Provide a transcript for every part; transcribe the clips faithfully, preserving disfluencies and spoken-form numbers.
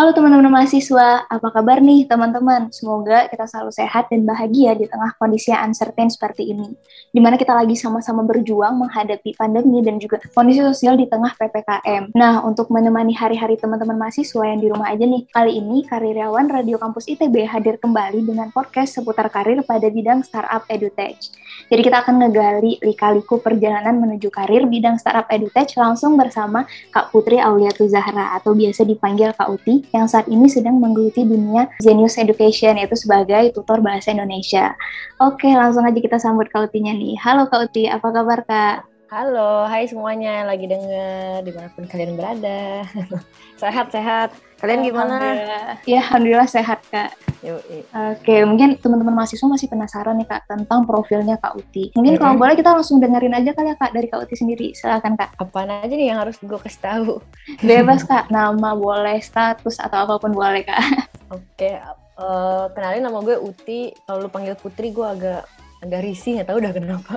Halo teman-teman mahasiswa, apa kabar nih teman-teman? Semoga kita selalu sehat dan bahagia di tengah kondisi yang uncertain seperti ini. Di mana kita lagi sama-sama berjuang menghadapi pandemi dan juga kondisi sosial di tengah P P K M. Nah, untuk menemani hari-hari teman-teman mahasiswa yang di rumah aja nih, kali ini Kariryawan Radio Kampus I T B hadir kembali dengan podcast seputar karir pada bidang startup edutech. Jadi kita akan ngegali lika-liku perjalanan menuju karir bidang startup edutech langsung bersama Kak Putri Auliatu Zahra atau biasa dipanggil Kak Uti yang saat ini sedang menggeluti dunia Zenius Education, yaitu sebagai tutor bahasa Indonesia. Oke, langsung aja kita sambut Kak Utinya nih. Halo Kak Uti, apa kabar Kak? Halo, hai semuanya yang lagi denger dimanapun kalian berada. Sehat-sehat. Kalian gimana? Alhamdulillah. Ya, Alhamdulillah sehat Kak. Yoi. Oke, mungkin teman-teman mahasiswa masih penasaran nih Kak tentang profilnya Kak Uti. Mungkin mm-hmm. kalau boleh kita langsung dengerin aja kali ya Kak dari Kak Uti sendiri. Silakan Kak. Apaan aja nih yang harus gue kasih tahu? Bebas Kak, nama boleh, status atau apapun boleh Kak. Oke, uh, kenalin nama gue Uti. Kalau lu panggil Putri gue agak agak risih, nggak tahu udah kenapa.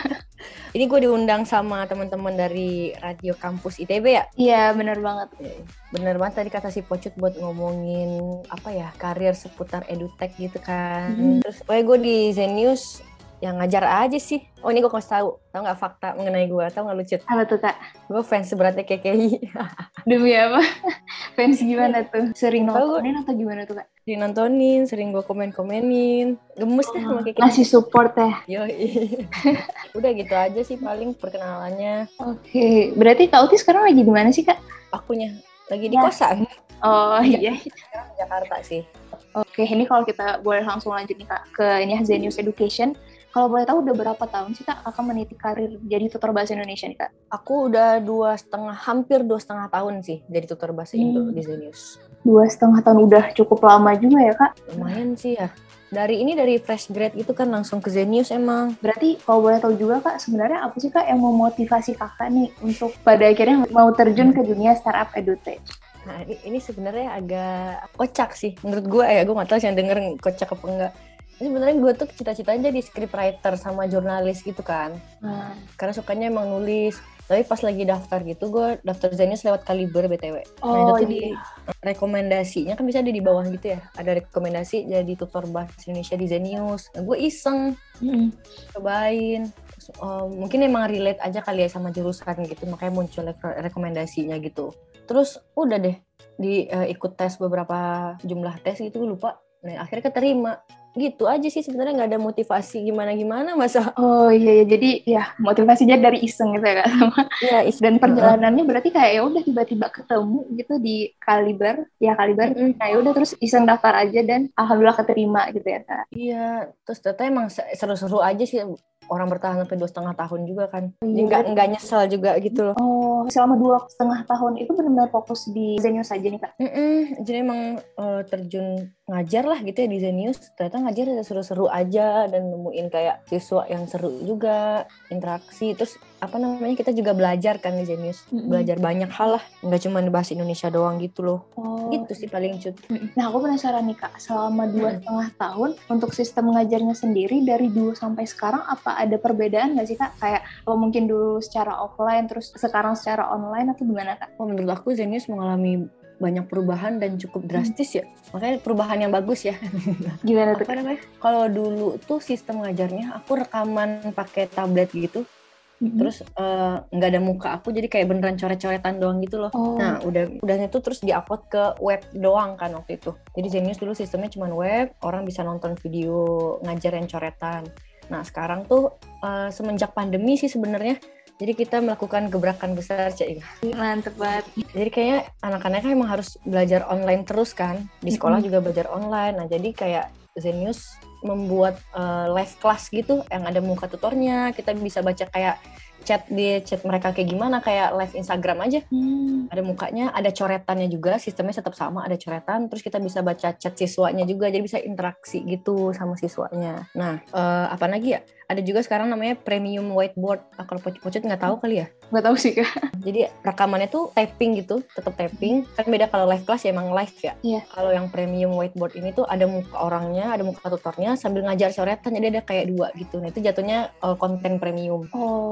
Ini gue diundang sama teman-teman dari Radio Kampus I T B ya? Iya, benar banget. Bener banget tadi kata si Pocut buat ngomongin apa ya, karir seputar edutech gitu kan. Hmm. Terus pokoknya gue di Zenius yang ngajar aja sih. Oh ini gue kasih tahu, tahu nggak fakta mengenai gue? Tahu nggak lucu? Apa tuh Kak? Gue fans seberatnya K K I. Demi apa? Fans gimana tuh? Sering nontonin atau gimana tuh Kak? Sering nontonin, sering gue komen-komenin. Gemes deh oh, sama K K I. Ngasih support ya? Yoi. Udah gitu aja sih paling perkenalannya. Oke, berarti Kak Uti sekarang lagi di mana sih Kak? Akunya lagi di ya. Kosan. Oh iya. Sekarang di Jakarta sih. Oke, ini kalau kita boleh langsung lanjut nih Kak ke ini Zenius Education. Kalau boleh tahu udah berapa tahun sih Kak Kakak meniti karir jadi tutor bahasa Indonesia nih Kak? Aku udah dua setengah, hampir dua setengah tahun sih jadi tutor bahasa hmm. Indo di Zenius. Dua setengah tahun udah cukup lama juga ya Kak? Lumayan sih ya. Dari ini dari fresh grade itu kan langsung ke Zenius emang. Berarti kalau boleh tahu juga Kak, sebenarnya apa sih Kak yang memotivasi Kakak nih untuk pada akhirnya mau terjun ke dunia startup edutech? Nah ini, ini sebenarnya agak kocak sih menurut gue ya, gue nggak tahu sih yang denger kocak apa enggak. Ini sebenarnya gue tuh cita-citanya jadi scriptwriter sama jurnalis gitu kan. Hmm. Karena sukanya emang nulis. Tapi pas lagi daftar gitu, gue daftar Zenius lewat Kaliber B T W. Oh, nah itu tuh iya. di rekomendasinya kan bisa ada di bawah gitu ya. Ada rekomendasi jadi tutor bahasa Indonesia di Zenius. Nah, gue iseng, hmm. cobain. Terus, uh, mungkin emang relate aja kali ya sama jurusan gitu, makanya muncul re- rekomendasinya gitu. Terus udah deh, di uh, ikut tes beberapa jumlah tes gitu, gue lupa. Nah akhirnya keterima. Gitu aja sih sebenarnya, nggak ada motivasi gimana-gimana masa. Oh iya ya, jadi ya motivasinya dari iseng gitu ya Kak sama. Iya, iseng. Dan perjalanannya berarti kayak ya udah tiba-tiba ketemu gitu di Kaliber, ya Kaliber. Mm-hmm. Nah ya udah terus iseng daftar aja dan alhamdulillah keterima gitu ya Kak. Iya, terus ternyata emang seru-seru aja sih, orang bertahan sampai dua setengah tahun juga kan. Jadi iya, nggak nggak nyesel juga gitu loh. Oh, selama dua setengah tahun itu benar-benar fokus di Zenius aja nih Kak? Mm-mm, jadi emang uh, terjun ngajar lah gitu ya di Zenius. Ternyata ngajar ada seru-seru aja dan nemuin kayak siswa yang seru juga, interaksi. Terus apa namanya, kita juga belajar kan di Zenius. Mm-hmm. Belajar banyak hal lah, nggak cuma bahasa Indonesia doang gitu loh. Oh. Gitu sih paling cut. Nah aku penasaran nih Kak, selama dua setengah mm-hmm. tahun untuk sistem ngajarnya sendiri dari dulu sampai sekarang apa ada perbedaan nggak sih Kak? Kayak apa mungkin dulu secara offline terus sekarang secara online atau gimana Kak? Oh, menurut aku Zenius mengalami banyak perubahan dan cukup drastis ya. Makanya perubahan yang bagus ya. Gimana tuh? Apa namanya? Kalau dulu tuh sistem ngajarnya aku rekaman pakai tablet gitu. Mm-hmm. Terus nggak uh, ada muka aku, jadi kayak beneran coret-coretan doang gitu loh. Oh. Nah udah udahnya tuh terus diupload ke web doang kan waktu itu. Jadi Zenius dulu sistemnya cuma web, orang bisa nonton video ngajar yang coretan. Nah sekarang tuh uh, semenjak pandemi sih sebenarnya, jadi kita melakukan gebrakan besar, Cik. Mantep banget. Jadi kayaknya anak-anaknya emang harus belajar online terus kan. Di sekolah mm-hmm. juga belajar online. Nah jadi kayak Zenius membuat uh, live class gitu yang ada muka tutornya. Kita bisa baca kayak chat di chat mereka kayak gimana, kayak live Instagram aja. Hmm. Ada mukanya, ada coretannya juga, sistemnya tetap sama, ada coretan. Terus kita bisa baca chat siswanya juga, jadi bisa interaksi gitu sama siswanya. Nah, uh, apa lagi ya? Ada juga sekarang namanya premium whiteboard. Ah, kalau Pocut nggak tahu kali ya? Nggak tahu sih Kak. Jadi rekamannya tuh typing gitu, tetap typing. Kan beda kalau live class ya emang live ya. Iya. Kalau yang premium whiteboard ini tuh ada muka orangnya, ada muka tutornya sambil ngajar coretan. Jadi ada kayak dua gitu. Nah itu jatuhnya uh, konten premium. Oh iya, itu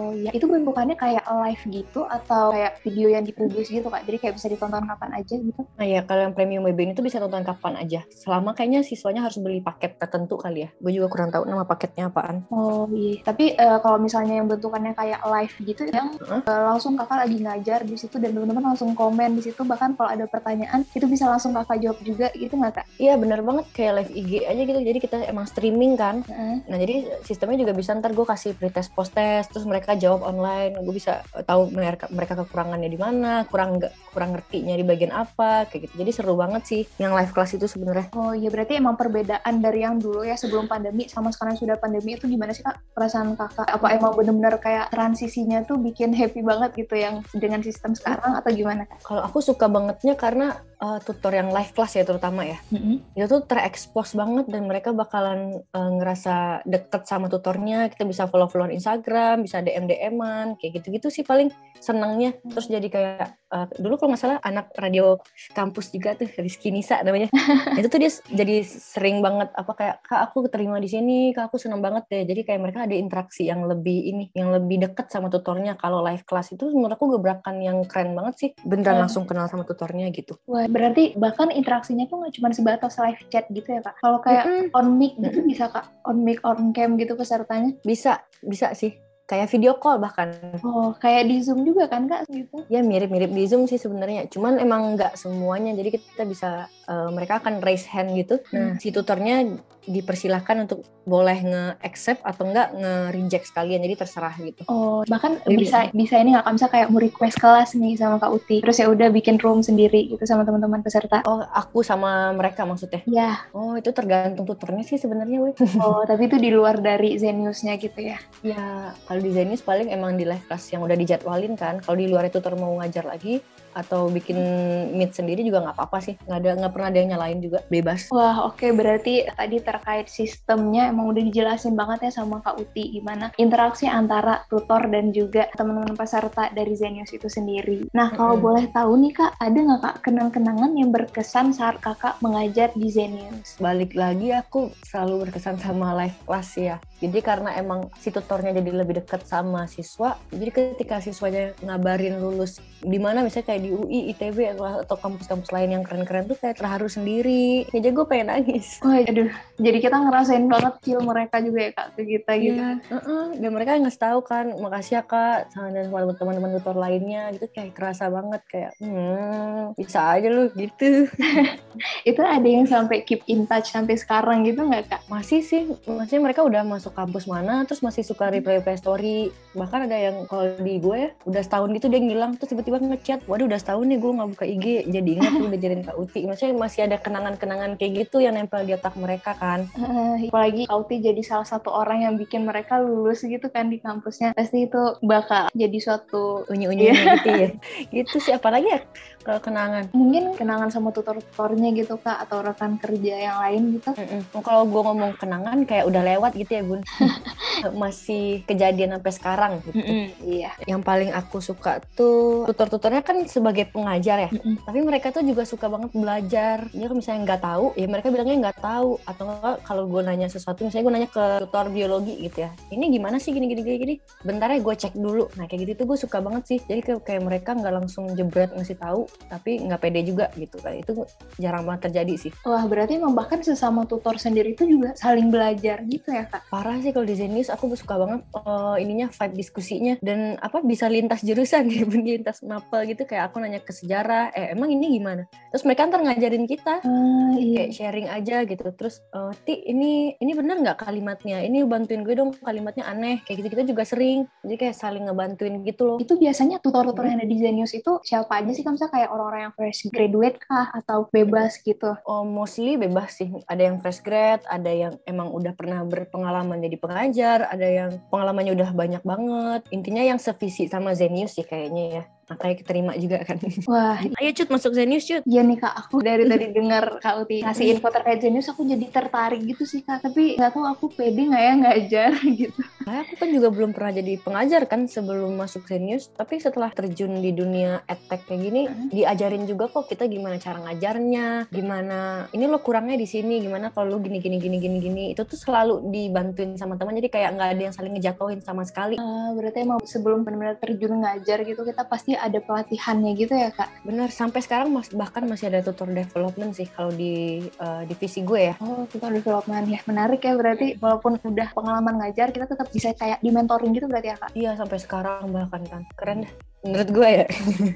itu bentukannya kayak live gitu atau kayak video yang dipublish gitu Kak? Jadi kayak bisa ditonton kapan aja gitu? Nah ya, kalau yang premium W B ini tuh bisa tonton kapan aja. Selama kayaknya siswanya harus beli paket tertentu kali ya. Gue juga kurang tahu nama paketnya apaan. Oh iya, tapi uh, kalau misalnya yang bentukannya kayak live gitu, yang Huh? uh, langsung kakak lagi ngajar di situ dan teman-teman langsung komen di situ, bahkan kalau ada pertanyaan itu bisa langsung kakak jawab juga gitu nggak Kak? Iya bener banget, kayak live I G aja gitu. Jadi kita emang streaming kan. Uh-huh. Nah jadi sistemnya juga bisa, ntar gue kasih pretest post-test, terus mereka jawab online. Gue bisa tahu mereka, mereka kekurangannya di mana, kurang kurang ngertinya di bagian apa, kayak gitu. Jadi seru banget sih yang live class itu sebenarnya. Oh iya, berarti emang perbedaan dari yang dulu ya sebelum pandemi sama sekarang sudah pandemi itu gimana sih Kak perasaan kakak? Apa emang bener-bener kayak transisinya tuh bikin happy banget gitu yang dengan sistem sekarang atau gimana Kak? Kalau aku suka bangetnya karena uh, tutor yang live class ya terutama ya, Mm-hmm. itu tuh terekspos banget dan mereka bakalan uh, ngerasa deket sama tutornya. Kita bisa follow-followan Instagram, bisa D M D M-an, kayak gitu-gitu sih paling senangnya. Terus jadi kayak uh, dulu kalau nggak salah anak radio kampus juga tuh Rizky Nisa namanya, itu tuh dia jadi sering banget apa kayak kak aku keterima di sini, kak aku senang banget deh. Jadi kayak mereka ada interaksi yang lebih ini, yang lebih deket sama tutornya. Kalau live class itu menurut aku gebrakan yang keren banget sih, beneran Oh. langsung kenal sama tutornya gitu. Wah, berarti bahkan interaksinya tuh nggak cuma sebatas live chat gitu ya Kak? Kalau kayak Mm-mm. on mic gitu bisa Kak? On mic, on cam gitu pesertanya? Bisa, bisa sih. Kayak video call bahkan. Oh, kayak di Zoom juga kan Kak gitu? Ya mirip-mirip di Zoom sih sebenarnya. Cuman emang nggak semuanya. Jadi kita bisa, uh, mereka akan raise hand gitu. Nah, hmm. si tutornya dipersilahkan untuk boleh nge-accept atau enggak nge-reject sekalian. Jadi terserah gitu. Oh, bahkan jadi bisa bisa ini nggak Kak? Bisa kayak mau request kelas nih sama Kak Uti. Terus ya udah bikin room sendiri gitu sama teman-teman peserta. Oh, aku sama mereka maksudnya? Iya. Oh, itu tergantung tutornya sih sebenarnya, weh. Oh, tapi itu di luar dari Zenius-nya gitu ya? Ya, kalau di Zenius paling emang di live class yang udah dijadwalin kan. Kalau di luar itu tutor mau ngajar lagi atau bikin meet sendiri juga nggak apa-apa sih. Nggak ada, nggak pernah ada yang nyalain juga, bebas. Wah, oke. Okay. Berarti tadi terkait sistemnya emang udah dijelasin banget ya sama Kak Uti gimana interaksi antara tutor dan juga teman-teman peserta dari Zenius itu sendiri. Nah, kalau mm-hmm. boleh tahu nih Kak, ada nggak Kak kenang-kenangan yang berkesan saat Kakak mengajar di Zenius? Balik lagi aku selalu berkesan sama live class ya. Jadi karena emang si tutornya jadi lebih dekat sama siswa, jadi ketika siswanya ngabarin lulus di mana misalnya kayak di U I, I T B atau kampus-kampus lain yang keren-keren tuh kayak terharu sendiri. Jadi gue pengen nangis. Wah, aduh. Jadi kita ngerasain banget feel mereka juga ya Kak ke kita gitu. Iya, uh-uh. Dan mereka ngasih tahu kan, makasih ya Kak, sama dan sama teman-teman tutor lainnya gitu, kayak kerasa banget kayak hmm, bisa aja lu gitu. Itu ada yang sampai keep in touch sampai sekarang gitu nggak Kak? Masih sih, maksudnya mereka udah masuk kampus mana, terus masih suka reply-reply story. Bahkan ada yang kalau di gue ya, udah setahun gitu dia ngilang, terus tiba-tiba ngechat, waduh udah setahun nih gue nggak buka I G, jadi ingat tuh udah jadiin Kak Uti. Maksudnya masih ada kenangan-kenangan kayak gitu yang nempel di otak mereka kan. Uh, apalagi Kak Uti jadi salah satu orang yang bikin mereka lulus gitu kan di kampusnya. Pasti itu bakal jadi suatu unyu-unyu gitu ya. Gitu sih, apalagi ya kalau kenangan. Mungkin kenangan sama tutor-tutornya gitu Kak, atau rekan kerja yang lain gitu. Kalau gue ngomong kenangan kayak udah lewat gitu ya Bun. Masih kejadian sampai sekarang gitu. Iya. Yang paling aku suka tuh tutor-tutornya kan sebagai pengajar ya. Mm-mm. Tapi mereka tuh juga suka banget belajar. Dia kalau misalnya nggak tahu, ya mereka bilangnya nggak tahu. Atau nggak kalau gue nanya sesuatu, misalnya gue nanya ke tutor biologi gitu ya. Ini gimana sih gini-gini gini. Bentar ya gue cek dulu. Nah kayak gitu tuh gue suka banget sih. Jadi kayak, kayak mereka nggak langsung jebret ngasih tahu, tapi nggak pede juga gitu. Kayak itu jarang banget terjadi sih. Wah berarti emang bahkan sesama tutor sendiri itu juga saling belajar gitu ya Kak? Parah sih kalau di Zenius aku suka banget uh, ininya vibe diskusinya dan apa bisa lintas jurusan ya, lintas mapel gitu, kayak aku nanya ke sejarah, eh emang ini gimana? Terus mereka ntar ngajarin kita, uh, iya. Kayak sharing aja gitu. Terus uh, Ti ini ini benar nggak kalimatnya? Ini bantuin gue dong, kalimatnya aneh. Kayak gitu kita juga sering. Jadi kayak saling ngebantuin gitu loh. Itu biasanya tutor-tutor yang ada di Zenius itu siapa aja sih? Kan misalnya kayak orang-orang yang fresh graduate kah atau bebas gitu? Oh mostly bebas sih. Ada yang fresh grad, ada yang emang udah pernah berpengalaman jadi pengajar, ada yang pengalamannya udah banyak banget. Intinya yang sevisi sama Zenius sih kayaknya ya. makanya keterima juga kan. Wah, Ayo Cut, masuk Zenius Cut. iya nih Kak, aku dari tadi dengar Kak Uti ngasih info terkait Zenius, aku jadi tertarik gitu sih Kak, tapi nggak tahu aku pede nggak ya ngajar gitu. Nah, aku kan juga belum pernah jadi pengajar kan sebelum masuk Zenius, tapi setelah terjun di dunia edtech kayak gini, hmm. diajarin juga kok kita gimana cara ngajarnya, gimana ini lo kurangnya di sini, gimana kalau lo gini gini gini gini gini. Itu tuh selalu dibantuin sama teman, jadi kayak nggak ada yang saling ngejatuhin sama sekali. Uh, berarti emang sebelum benar-benar terjun ngajar gitu, kita pasti ada pelatihannya gitu ya Kak? Bener, sampai sekarang mas, bahkan masih ada tutor development sih kalau di uh, divisi gue ya. Oh, tutor development ya, menarik ya. Berarti walaupun udah pengalaman ngajar, kita tetap bisa kayak di mentoring gitu berarti ya Kak? Iya, sampai sekarang bahkan kan. Keren deh menurut gue ya.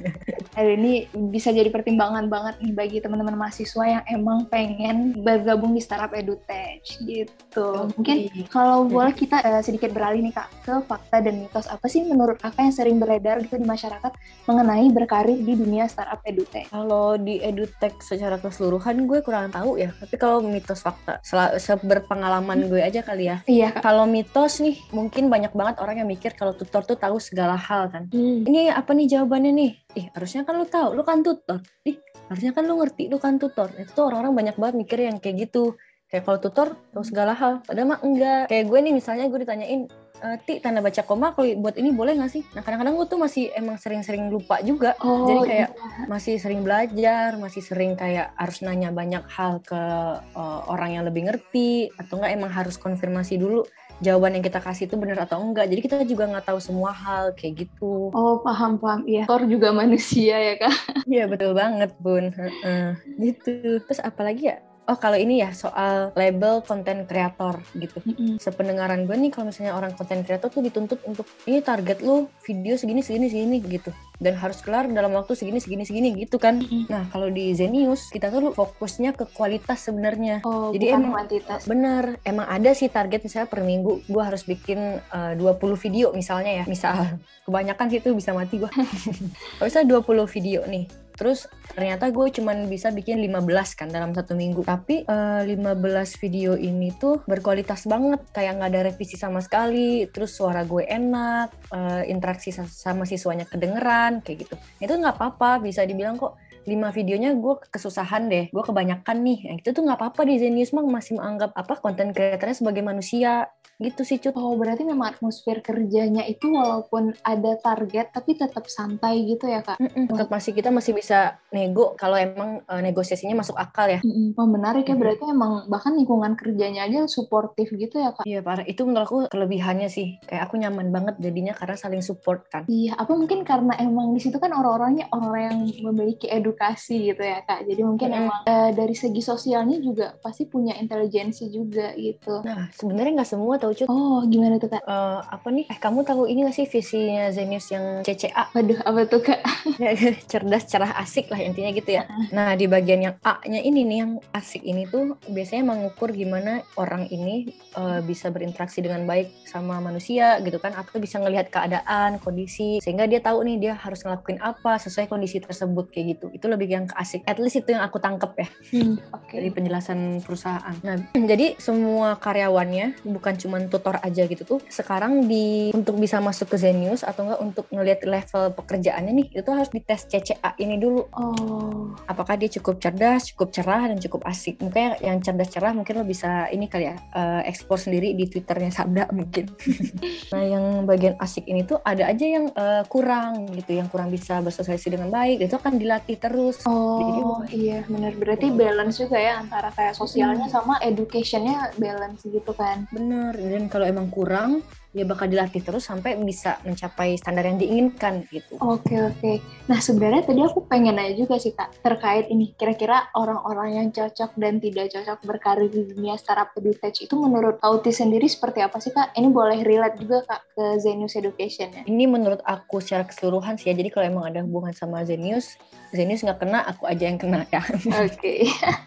Hari ini bisa jadi pertimbangan banget nih bagi teman-teman mahasiswa yang emang pengen bergabung di startup edutech gitu. Okay. Mungkin kalau boleh kita uh, sedikit beralih nih Kak ke fakta dan mitos, apa sih menurut Kakak yang sering beredar gitu di masyarakat mengenai berkarir di dunia startup edutech? Kalau di edutech secara keseluruhan gue kurang tahu ya, tapi kalau mitos fakta seberpengalaman gue aja kali ya. Iya. Kalau mitos nih, mungkin banyak banget orang yang mikir kalau tutor tuh tahu segala hal kan. Hmm. Ini apa nih jawabannya nih? Ih, harusnya kan lu tahu, lu kan tutor. Ih, harusnya kan lu ngerti, lu kan tutor. Itu tuh orang-orang banyak banget mikir yang kayak gitu. Kayak kalau tutor tahu segala hal, padahal mah enggak. Kayak gue nih misalnya gue ditanyain, e, Ti, tanda baca koma kalau buat ini boleh nggak sih? Nah kadang-kadang gue tuh masih emang sering-sering lupa juga. Oh, jadi kayak iya. masih sering belajar, masih sering kayak harus nanya banyak hal ke uh, orang yang lebih ngerti, atau enggak emang harus konfirmasi dulu jawaban yang kita kasih itu benar atau enggak. Jadi kita juga nggak tahu semua hal kayak gitu. Oh, paham-paham. Iya, tutor juga manusia ya Kak? Iya, betul banget Bun. Uh-uh. Gitu. Terus apalagi ya? Oh, kalau ini ya soal label content creator gitu. Mm-hmm. Sependengaran gue nih, kalau misalnya orang content creator tuh dituntut untuk ini target lu video segini segini segini gitu, dan harus kelar dalam waktu segini segini segini gitu kan. Mm-hmm. Nah kalau di Zenius kita tuh fokusnya ke kualitas sebenarnya. Oh, jadi bukan emang kuantitas. Bener, emang ada sih target misalnya per minggu gue harus bikin uh, dua puluh video misalnya ya. Misal kebanyakan sih itu bisa mati gue. Kalau misalnya dua puluh video nih, terus ternyata gue cuman bisa bikin lima belas kan dalam satu minggu. Tapi uh, lima belas video ini tuh berkualitas banget, kayak nggak ada revisi sama sekali. Terus suara gue enak, uh, interaksi sama siswanya kedengeran, kayak gitu. Itu nggak apa-apa, bisa dibilang kok lima videonya gue kesusahan deh, gue kebanyakan nih. Yang itu tuh nggak apa-apa, di Zenius mah masih menganggap apa konten kreatornya sebagai manusia. Gitu sih Cut. Oh, berarti memang atmosfer kerjanya itu walaupun ada target tapi tetap santai gitu ya Kak? Mm-mm, tetap masih kita masih bisa nego kalau emang uh, negosiasinya masuk akal ya. Mm-mm. Oh, menarik ya. Mm-hmm. Berarti emang bahkan lingkungan kerjanya aja suportif gitu ya Kak? Iya parah, itu menurut aku kelebihannya sih. Kayak aku nyaman banget jadinya karena saling support kan. Iya, apa mungkin karena emang di situ kan orang-orangnya orang yang memiliki edukasi gitu ya Kak. Jadi mungkin mm-hmm. emang uh, dari segi sosialnya juga pasti punya intelijensi juga gitu. Nah, sebenarnya nggak semua tau Cut. Oh, gimana tuh Kak? Uh, apa nih? Eh, kamu tahu ini nggak sih visinya Zenius yang C C A? Waduh, apa tuh Kak? Cerdas, cerah, asik lah intinya gitu ya. Uh-huh. Nah, di bagian yang A-nya ini nih, yang asik ini tuh biasanya mengukur gimana orang ini uh, bisa berinteraksi dengan baik sama manusia gitu kan, atau bisa ngelihat keadaan, kondisi, sehingga dia tahu nih dia harus ngelakuin apa sesuai kondisi tersebut kayak gitu. Itu lebih yang ke asik. At least itu yang aku tangkep ya. Hmm, okay. Dari penjelasan perusahaan. Nah, jadi semua karyawannya bukan cuma tutor aja gitu tuh. Sekarang di untuk bisa masuk ke Zenius atau enggak untuk ngelihat level pekerjaannya nih, itu harus dites C C A ini dulu. Oh. Apakah dia cukup cerdas, cukup cerah, dan cukup asik. Mungkin yang cerdas cerah mungkin lo bisa ini kali ya, uh, explore sendiri di Twitternya Sabda mungkin. Nah, yang bagian asik ini tuh ada aja yang uh, kurang gitu, yang kurang bisa bersosialisasi dengan baik. Itu akan dilatih terus. Oh, jadi, iya benar. Berarti balance juga ya antara kayak sosialnya hmm. sama educationnya balance gitu kan. Bener. Dan kalau emang kurang, ya bakal dilatih terus sampai bisa mencapai standar yang diinginkan gitu. Oke, oke. Nah, sebenarnya tadi aku pengen nanya juga sih Kak, terkait ini, kira-kira orang-orang yang cocok dan tidak cocok berkarir di dunia startup edutech itu menurut Auti sendiri seperti apa sih Kak? Ini boleh relate juga Kak ke Zenius Education ya? Ini menurut aku secara keseluruhan sih ya, jadi kalau emang ada hubungan sama Zenius, Zenius nggak kena, aku aja yang kena ya. Oke. Okay.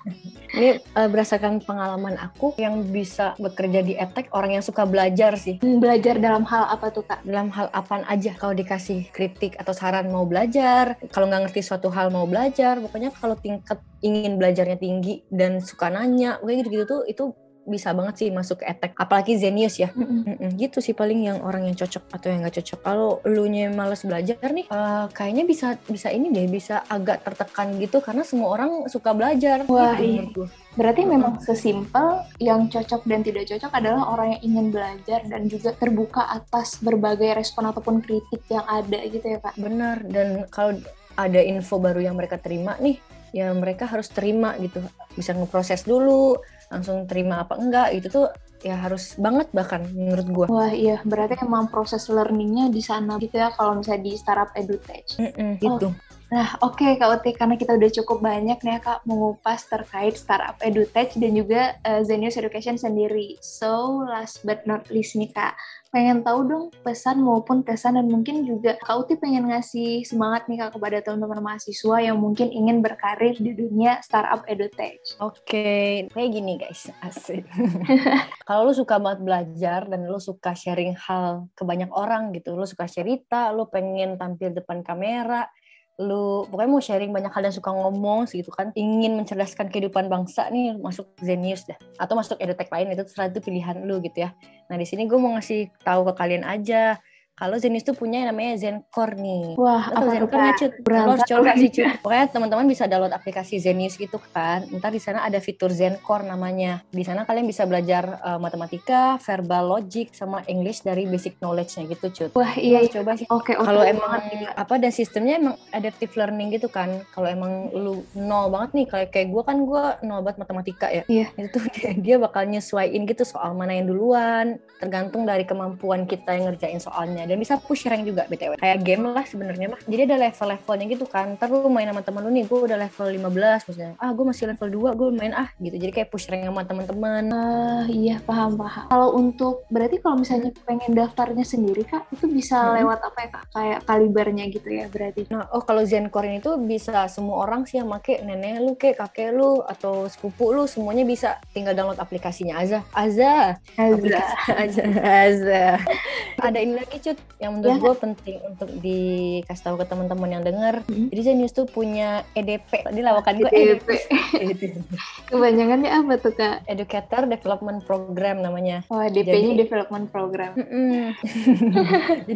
Ini uh, berdasarkan pengalaman aku, yang bisa bekerja di edtech orang yang suka belajar sih. Belajar dalam hal apa tuh Kak? Dalam hal apaan aja. Kalau dikasih kritik atau saran mau belajar, kalau nggak ngerti suatu hal mau belajar, pokoknya kalau tingkat ingin belajarnya tinggi dan suka nanya, kayak gitu-gitu tuh itu bisa banget sih masuk ke edtech, apalagi Zenius ya. Mm-mm. Gitu sih paling yang orang yang cocok atau yang nggak cocok. Kalau elunya malas belajar nih, uh, kayaknya bisa bisa ini deh, bisa agak tertekan gitu karena semua orang suka belajar. Wah, gitu iya. menurutku. Berarti Mm-mm. memang sesimpel yang cocok dan tidak cocok adalah orang yang ingin belajar dan juga terbuka atas berbagai respon ataupun kritik yang ada gitu ya Kak? Benar, dan kalau ada info baru yang mereka terima nih, ya mereka harus terima gitu. Bisa ngeproses dulu, langsung terima apa enggak, itu tuh ya harus banget bahkan menurut gue. Wah iya, berarti emang proses learningnya di sana gitu ya kalau misalnya di startup edutech. Mm-mm, gitu. Oh. Nah, oke okay, Kak Uti, karena kita udah cukup banyak nih ya Kak mengupas terkait startup edutech dan juga uh, Zenius Education sendiri. So, last but not least nih Kak, pengen tahu dong pesan maupun kesan dan mungkin juga Kak Uti pengen ngasih semangat nih Kak kepada teman-teman mahasiswa yang mungkin ingin berkarir di dunia startup edutech. Oke, okay. Kayak gini guys, asik. Kalau lu suka banget belajar dan lu suka sharing hal ke banyak orang gitu, lu suka cerita, lu pengen tampil depan kamera, lu pokoknya mau sharing banyak hal dan suka ngomong gitu kan, ingin mencerdaskan kehidupan bangsa nih, masuk Zenius dah atau masuk edutech lain, itu terserah, itu pilihan lu gitu ya. Nah di sini gue mau ngasih tahu ke kalian aja kalau Zenius tuh punya yang namanya Zencore nih. Wah, lo tau Zencore nggak Cut? Lo harus coba sih Cut. Pokoknya teman-teman bisa download aplikasi Zenius gitu kan. Ntar di sana ada fitur Zencore namanya. Di sana kalian bisa belajar uh, matematika, verbal logic, sama English dari basic knowledge-nya gitu Cut. Wah iya, iya. Coba sih. Oke, kalau emang apa, dan sistemnya emang adaptive learning gitu kan. Kalau emang lu nol banget nih, kayak kayak gue kan gue nol banget matematika ya. Iya. Itu tuh dia, dia bakal nyesuaiin gitu soal mana yang duluan, tergantung dari kemampuan kita yang ngerjain soalnya. Dan bisa push rank juga B T W. Kayak game lah sebenarnya mah. Jadi ada level-levelnya gitu kan. Ntar lu main sama temen lu nih, gue udah level lima belas maksudnya. Ah, gue masih level dua, gue main ah gitu. Jadi kayak push rank sama teman-teman. Ah, iya, paham-paham. Kalau untuk, berarti kalau misalnya pengen daftarnya sendiri Kak, itu bisa hmm. lewat apa ya Kak? Kayak kalibernya gitu ya berarti. Nah, oh kalau Zencore ini tuh bisa semua orang sih yang make, nenek lu, kek, kakek lu, atau sepupu lu, semuanya bisa. Tinggal download aplikasinya aja. Aza. Aza. Aza. Aza. Ada ini lagi Cut, yang menurut ya, gue penting untuk dikasih tahu ke teman-teman yang denger. Hmm. Jadi Zenius tuh punya E D P. Tadi lawakan gue E D P. Kebanyakannya apa tuh Kak? Educator Development Program namanya. Oh, D P-nya Jadi, Development Program. Jadi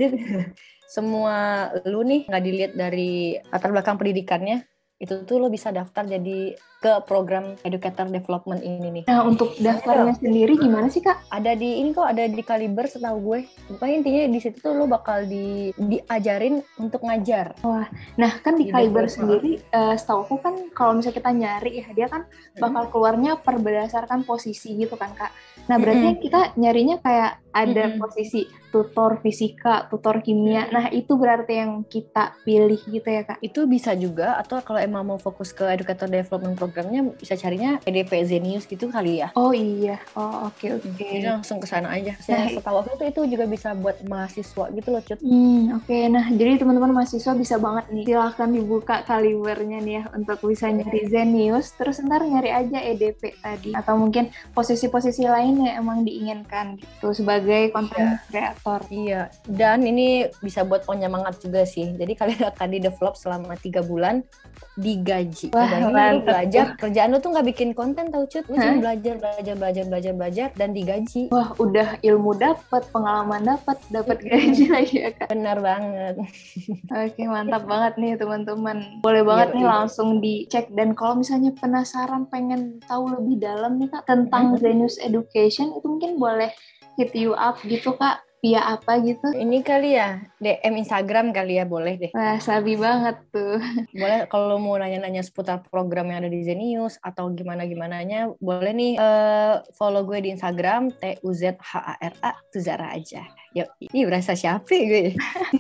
semua lu nih nggak dilihat dari latar belakang pendidikannya, itu tuh lo bisa daftar jadi ke program Educator Development ini nih. Nah, untuk daftarnya nah, sendiri gimana sih Kak? Ada di ini kok, ada di Kaliber setahu gue. Pokoknya intinya di situ tuh lo bakal di diajarin untuk ngajar. Wah, nah kan di, di Kaliber sendiri, uh, setahu aku kan kalau misalnya kita nyari ya, dia kan bakal keluarnya per berdasarkan posisi gitu kan Kak. Nah berarti mm-hmm. kita nyarinya kayak ada mm-hmm. posisi tutor fisika, tutor kimia. Nah itu berarti yang kita pilih gitu ya Kak? Itu bisa juga, atau kalau emang mau fokus ke Educator Development Programnya bisa carinya E D P Zenius gitu kali ya. Oh iya, oh oke okay, oke. Okay. Jadi langsung ke sana aja. Saya nah, setahu aku tuh itu juga bisa buat mahasiswa gitu loh Cut. Hmm, oke. Okay. Nah jadi teman-teman mahasiswa bisa banget nih, silahkan dibuka Kalibernya nih ya untuk bisa nyari Zenius. Terus ntar nyari aja E D P tadi, atau mungkin posisi-posisi lain yang emang diinginkan gitu sebagai content creator. Iya. Dan ini bisa buat penyemangat juga sih. Jadi kalian akan di develop selama tiga bulan digaji. Wah, lu belajar, kerjaan lu tuh nggak bikin konten tau Cut, lu cuma belajar, belajar, belajar, belajar, belajar, dan digaji. Wah, udah ilmu dapat, pengalaman dapat, dapat gaji lagi ya Kak. Benar banget. Oke, mantap banget nih teman-teman. Boleh banget iya, nih iya. langsung dicek, dan kalau misalnya penasaran pengen tahu lebih dalam nih Kak tentang mm-hmm. Zenius Education, itu mungkin boleh hit you up gitu Kak. Via apa gitu? Ini kali ya, D M Instagram kali ya, boleh deh. Wah, sabi banget tuh. Boleh, kalau mau nanya-nanya seputar program yang ada di Zenius atau gimana-gimananya, boleh nih uh, follow gue di Instagram T U Z H A R A Tuzara aja. Yuk, ih berasa siapa gue.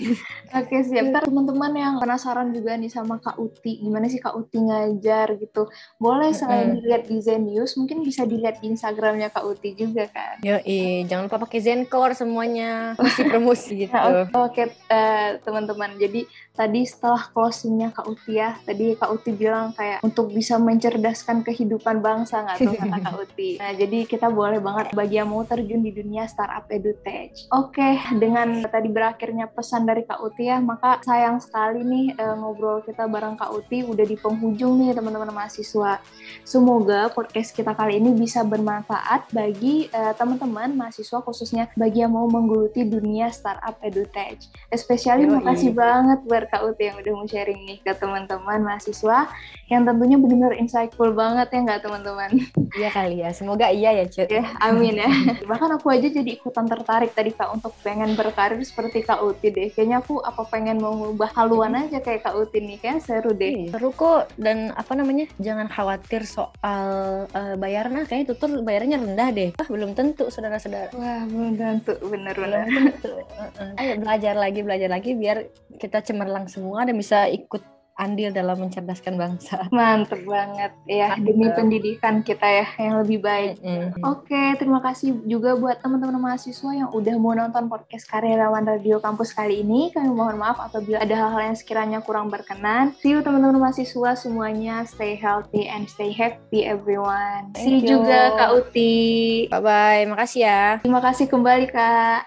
Oke, siap. Ntar teman-teman yang penasaran juga nih sama Kak Uti, gimana sih Kak Uti ngajar gitu, boleh selain mm-hmm. dilihat di Zenius, mungkin bisa dilihat di Instagramnya Kak Uti juga kan. Yo, ih, jangan lupa pakai Zencore semuanya, masih promosi gitu. Nah, oke, okay, uh, teman-teman. Jadi tadi setelah closingnya Kak Uti ya, tadi Kak Uti bilang kayak untuk bisa mencerdaskan kehidupan bangsa nggak tuh kata Kak Uti. Nah jadi kita boleh banget bagi yang mau terjun di dunia startup edutech. Oke, dengan tadi berakhirnya pesan dari Kak Uti ya, maka sayang sekali nih eh, ngobrol kita bareng Kak Uti udah di penghujung nih teman-teman mahasiswa. Semoga podcast kita kali ini bisa bermanfaat bagi uh, teman-teman mahasiswa, khususnya bagi yang mau menggeluti dunia startup edutech. Especially Yoi. makasih banget buat Kak Uti yang udah mau sharing nih ke teman-teman mahasiswa yang tentunya benar-benar insightful banget ya nggak teman-teman? Iya kali ya, semoga iya ya Cut. Ya, amin ya. Bahkan aku aja jadi ikutan tertarik tadi Kak untuk pengen berkarir seperti Kak Uti deh. Kayaknya aku apa pengen mau ngubah haluan aja kayak Kak Uti nih, kayak seru deh. Iya, seru kok. Dan apa namanya, jangan khawatir soal uh, bayaran. Nah, kayaknya tutor bayarnya rendah deh. Ah, belum tentu saudara-saudara. Wah, belum tentu, bener-bener. Belum tentu. Uh-uh. Ayo belajar lagi, belajar lagi biar kita cemerlang semua dan bisa ikut andil dalam mencerdaskan bangsa. Mantep banget ya, Mantep. demi pendidikan kita ya yang lebih baik. Mm-hmm. Oke, terima kasih juga buat teman-teman mahasiswa yang udah mau nonton podcast Karyarawan Radio Kampus kali ini. Kami mohon maaf apabila ada hal-hal yang sekiranya kurang berkenan. See you teman-teman mahasiswa semuanya, stay healthy and stay happy everyone. Thank See you you juga Kak Uti. Bye-bye, makasih ya. Terima kasih kembali Kak.